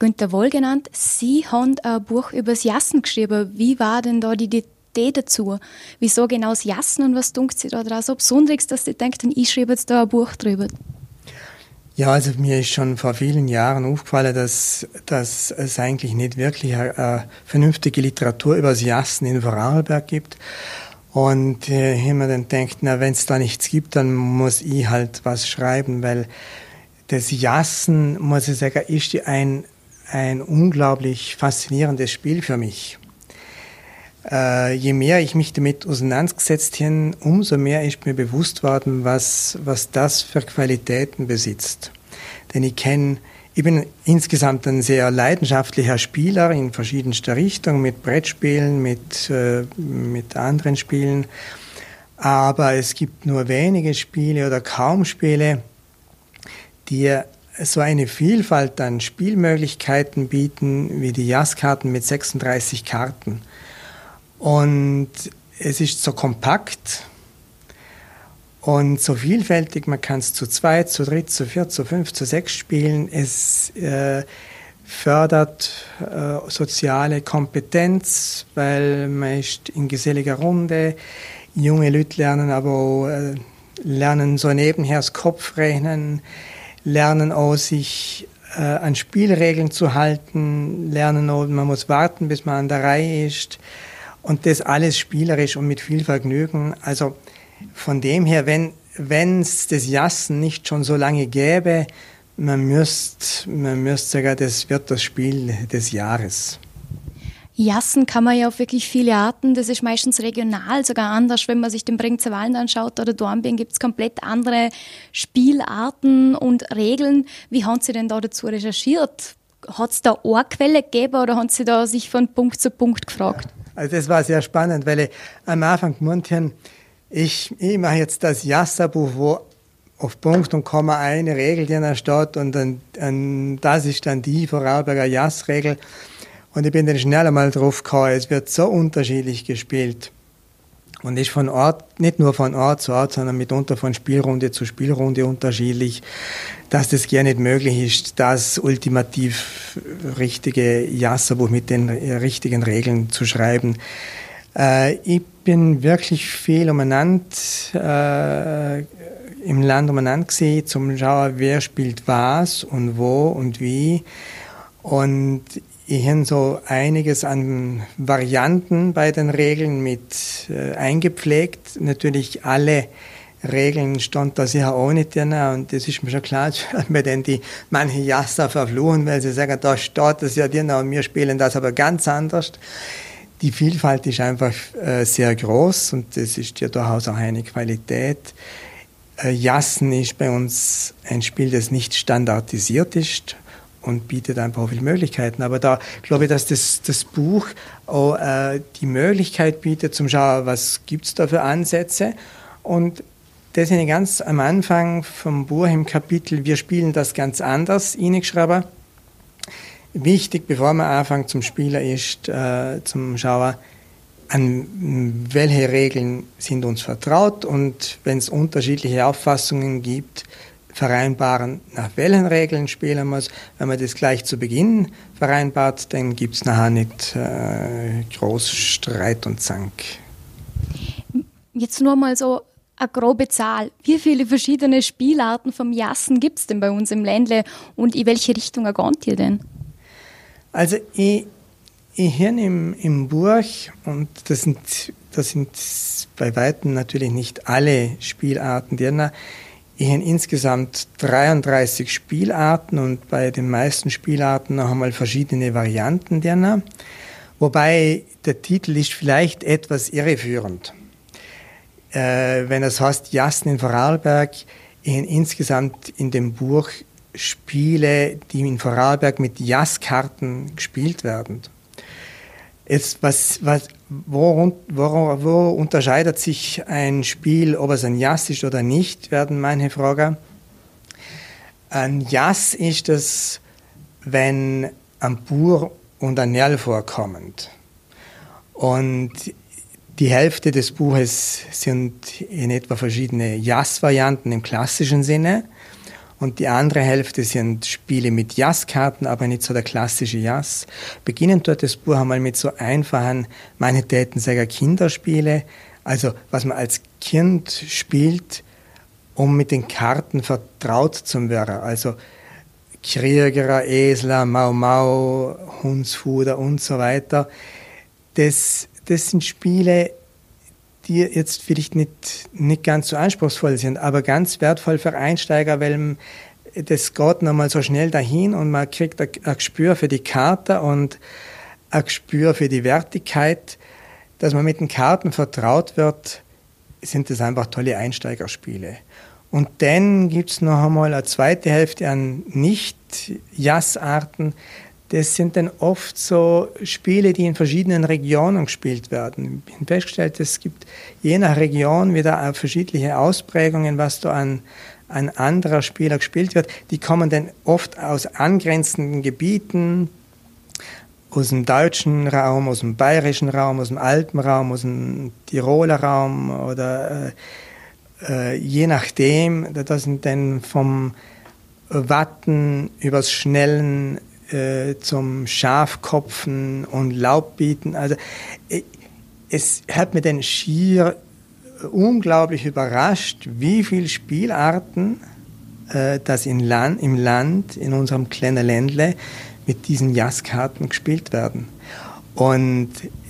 Günter Woll genannt. Sie haben ein Buch über das Jassen geschrieben. Wie war denn da die Idee dazu? Wieso genau das Jassen und was denkt Sie da dran so Besonderes, dass Sie denken, ich schreibe jetzt da ein Buch drüber? Ja, also mir ist schon vor vielen Jahren aufgefallen, dass es eigentlich nicht wirklich eine vernünftige Literatur über das Jassen in Vorarlberg gibt. Und ich habe mir dann gedacht, na, wenn es da nichts gibt, dann muss ich halt was schreiben, weil das Jassen, muss ich sagen, ist ein unglaublich faszinierendes Spiel für mich. Je mehr ich mich damit auseinandergesetzt habe, umso mehr ist mir bewusst worden, was das für Qualitäten besitzt. Denn ich bin insgesamt ein sehr leidenschaftlicher Spieler in verschiedenster Richtung, mit Brettspielen, mit anderen Spielen. Aber es gibt nur wenige Spiele oder kaum Spiele, die so eine Vielfalt an Spielmöglichkeiten bieten wie die Jazzkarten mit 36 Karten. Und es ist so kompakt und so vielfältig, man kann es zu zweit, zu dritt, zu viert, zu fünf, zu sechs spielen. Es fördert soziale Kompetenz, weil man ist in geselliger Runde. Junge Leute lernen aber auch, lernen so nebenher das Kopfrechnen, lernen auch sich an Spielregeln zu halten, lernen auch, man muss warten, bis man an der Reihe ist. Und das alles spielerisch und mit viel Vergnügen. Also von dem her, wenn es das Jassen nicht schon so lange gäbe, man müsste sagen, das wird das Spiel des Jahres. Jassen kann man ja auf wirklich viele Arten. Das ist meistens regional sogar anders. Wenn man sich den Bregenzer Wald anschaut oder Dornbirn, gibt es komplett andere Spielarten und Regeln. Wie haben Sie denn da dazu recherchiert? Hat es da eine Quelle gegeben oder haben Sie da sich von Punkt zu Punkt gefragt? Ja. Also das war sehr spannend, weil ich am Anfang gemeint habe, ich mache jetzt das Jasserbuch, wo auf Punkt und Komma eine Regel drin steht und dann, das ist dann die Vorarlberger Jassregel. Und ich bin dann schnell einmal drauf gekommen, es wird so unterschiedlich gespielt. Und ist von Ort, nicht nur von Ort zu Ort, sondern mitunter von Spielrunde zu Spielrunde unterschiedlich, dass das gar nicht möglich ist, das ultimativ richtige Jasserbuch mit den richtigen Regeln zu schreiben. Ich bin wirklich viel umeinander, im Land umeinander gesehen, zum Schauen, wer spielt was und wo und wie. Und ich habe so einiges an Varianten bei den Regeln mit eingepflegt. Natürlich alle Regeln stand da sicher auch nicht drin. Und das ist mir schon klar, dass mir dann die manche Jasser verfluchen, weil sie sagen, da steht das ja drin und wir spielen das aber ganz anders. Die Vielfalt ist einfach sehr groß und das ist ja durchaus auch eine Qualität. Jassen ist bei uns ein Spiel, das nicht standardisiert ist und bietet einfach viele Möglichkeiten. Aber da glaube ich, dass das Buch auch die Möglichkeit bietet, zum Schauen, was gibt es da für Ansätze. Und das habe ich ganz am Anfang vom Buch im Kapitel Wir spielen das ganz anders reingeschrieben. Wichtig, bevor man anfängt zum Spieler ist, zum Schauen, an welche Regeln sind uns vertraut und wenn es unterschiedliche Auffassungen gibt, vereinbaren, nach welchen Regeln spielen muss. Wenn man das gleich zu Beginn vereinbart, dann gibt es nachher nicht groß Streit und Zank. Jetzt nur mal so eine grobe Zahl. Wie viele verschiedene Spielarten vom Jassen gibt es denn bei uns im Ländle und in welche Richtung geht ihr denn? Also ich habe im Buch, und das sind bei Weitem natürlich nicht alle Spielarten drin, ich habe insgesamt 33 Spielarten und bei den meisten Spielarten noch einmal verschiedene Varianten drin. Wobei der Titel ist vielleicht etwas irreführend. Wenn es heißt Jassen in Vorarlberg, ich habe insgesamt in dem Buch Spiele, die in Vorarlberg mit Jasskarten gespielt werden. Jetzt, wo unterscheidet sich ein Spiel, ob es ein Jass ist oder nicht, werden manche fragen. Ein Jass ist es, wenn ein Bur und ein Nerl vorkommen. Und die Hälfte des Buches sind in etwa verschiedene Jass-Varianten im klassischen Sinne. und die andere Hälfte sind Spiele mit Jazzkarten, aber nicht so der klassische Jazz. Beginnen dort das Buch einmal mit so einfachen, meine Täten sagen Kinderspiele, also was man als Kind spielt, um mit den Karten vertraut zu werden. Also Krieger, Esler, Mau Mau, Hundsfuder und so weiter. Das sind Spiele, die jetzt vielleicht nicht ganz so anspruchsvoll sind, aber ganz wertvoll für Einsteiger, weil das geht nochmal so schnell dahin und man kriegt ein Gespür für die Karte und ein Gespür für die Wertigkeit. Dass man mit den Karten vertraut wird, sind das einfach tolle Einsteigerspiele. Und dann gibt es noch einmal eine zweite Hälfte an Nicht-Jazzarten. Das sind dann oft so Spiele, die in verschiedenen Regionen gespielt werden. Ich habe festgestellt, es gibt je nach Region wieder verschiedene Ausprägungen, was da an anderer Spieler gespielt wird. Die kommen dann oft aus angrenzenden Gebieten, aus dem deutschen Raum, aus dem bayerischen Raum, aus dem Alpenraum, aus dem Tiroler Raum oder je nachdem. Das sind dann vom Watten übers Schnellen zum Schafkopfen und Laubbieten. Also es hat mich dann schier unglaublich überrascht, wie viele Spielarten das im Land, in unserem kleinen Ländle, mit diesen Jazzkarten gespielt werden. Und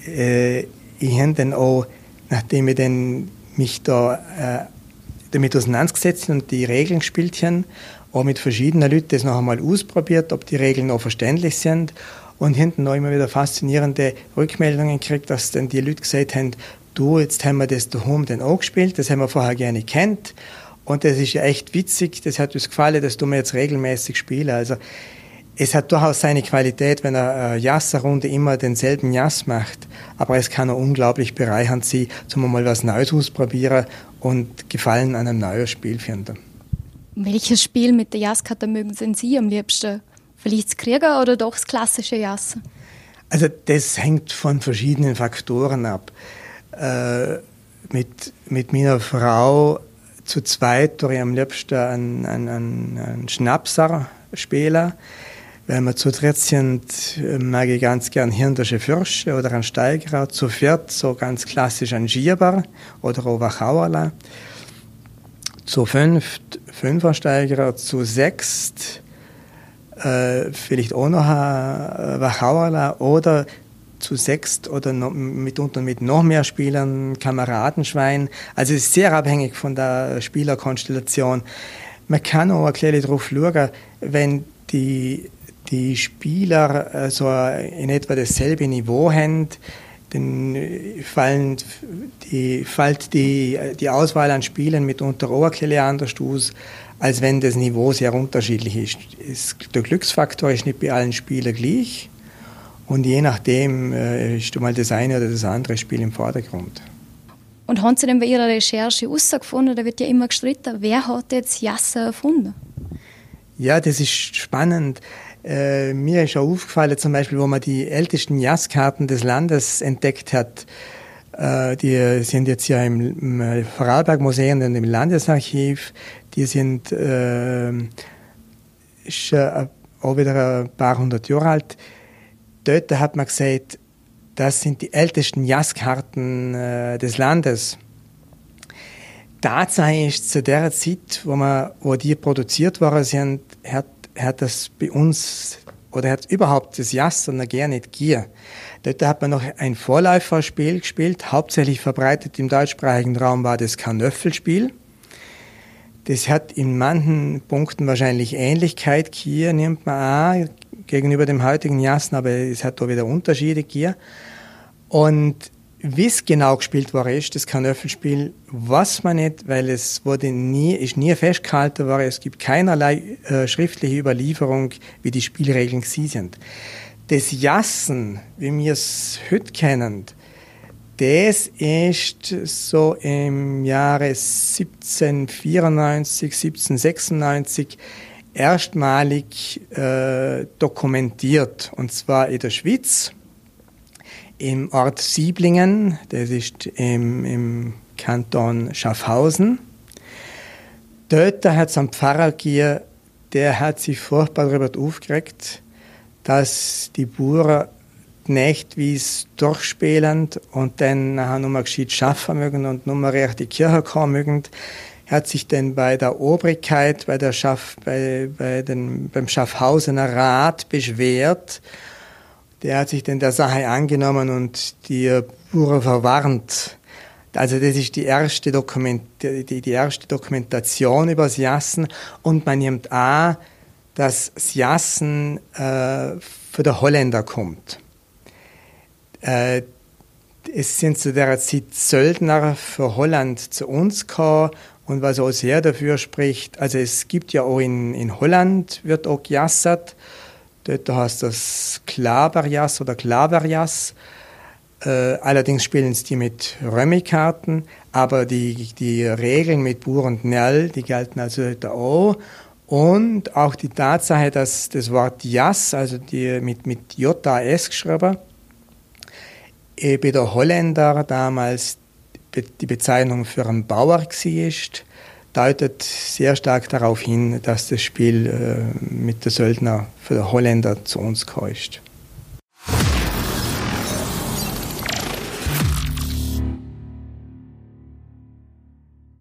ich habe dann auch, nachdem ich dann mich da damit auseinandergesetzt und die Regeln gespielt habe, auch mit verschiedenen Leuten das noch einmal ausprobiert, ob die Regeln auch verständlich sind. Und hinten noch immer wieder faszinierende Rückmeldungen gekriegt, dass dann die Leute gesagt haben, du, jetzt haben wir das daheim dann auch gespielt, das haben wir vorher gerne gekannt. Und das ist ja echt witzig, das hat uns gefallen, das tun wir jetzt regelmäßig spielen. Also es hat durchaus seine Qualität, wenn eine Jazzrunde immer denselben Jazz macht. Aber es kann auch unglaublich bereichernd sein, zum mal was Neues ausprobieren und Gefallen an einem neuen Spiel finden. Welches Spiel mit der Jazzkarte mögen Sie am liebsten? Vielleicht das Krieger oder doch das klassische Jazz? Also das hängt von verschiedenen Faktoren ab. Mit meiner Frau zu zweit tue ich am liebsten einen Schnapser spielen. Wenn wir zu dritt sind, mag ich ganz gern Hirndische Fürsche oder einen Steigerer. Zu viert so ganz klassisch einen Schieber oder auch Wachauerla. Zu Fünfersteigerer, zu sechst vielleicht auch noch ein Wachauerla oder zu sechst oder mitunter mit noch mehr Spielern, Kameradenschwein. Also es ist sehr abhängig von der Spielerkonstellation. Man kann auch ein bisschen darauf schauen, wenn die Spieler so in etwa dasselbe Niveau haben, dann fällt die Auswahl an Spielen mitunter auch ein bisschen anders aus, als wenn das Niveau sehr unterschiedlich ist. Der Glücksfaktor ist nicht bei allen Spielern gleich und je nachdem ist mal das eine oder das andere Spiel im Vordergrund. Und haben Sie denn bei Ihrer Recherche herausgefunden, da wird ja immer gestritten, wer hat jetzt Jazz erfunden? Ja, das ist spannend. Mir ist auch aufgefallen, zum Beispiel, wo man die ältesten Jazzkarten des Landes entdeckt hat. Die sind jetzt ja im Vorarlberg-Museum und im Landesarchiv. Die sind schon auch wieder ein paar hundert Jahre alt. Dort hat man gesagt, das sind die ältesten Jazzkarten des Landes. Tatsache ist, zu der Zeit, wo die produziert worden sind, hat das bei uns, oder hat überhaupt das Jazz noch gar nicht gegeben. Dort hat man noch ein Vorläuferspiel gespielt, hauptsächlich verbreitet im deutschsprachigen Raum war das Karnöffelspiel. Das hat in manchen Punkten wahrscheinlich Ähnlichkeit gegeben, nimmt man an, gegenüber dem heutigen Jazz, aber es hat da wieder Unterschiede gegeben. Und wie es genau gespielt worden ist, das Karnöffelspiel, weiß man nicht, weil es ist nie festgehalten worden. Es gibt keinerlei schriftliche Überlieferung, wie die Spielregeln gewesen sind. Das Jassen, wie wir es heute kennen, das ist so im Jahre 1794, 1796 erstmalig dokumentiert, und zwar in der Schweiz. Im Ort Sieblingen, das ist im Kanton Schaffhausen. Dort hat es einen Pfarrer gegeben, der hat sich furchtbar darüber aufgeregt, dass die Bauern nächtweise durchspielen und dann nachher nur mal gescheit schaffen mögen und nur mal recht die Kirche kommen mögen. Er hat sich dann bei der Obrigkeit, beim Schaffhausener Rat beschwert. Der hat sich dann der Sache angenommen und die Bauern verwarnt. Also das ist die erste Dokumentation über das Jassen und man nimmt an, dass das Jassen von den Holländern kommt. Es sind zu der Zeit Söldner für Holland zu uns gekommen und was auch sehr dafür spricht, also es gibt ja auch in Holland, wird auch gejassert, dort heißt das Klaverjas oder Klaverjas, allerdings spielen sie die mit Römikarten, aber die Regeln mit Bur und Nell, die gelten also dort auch. Und auch die Tatsache, dass das Wort Jas, also die mit J-A-S geschrieben, bei der Holländer damals die Bezeichnung für einen Bauer war, deutet sehr stark darauf hin, dass das Spiel mit den Söldner für die Holländer zu uns gekommen ist.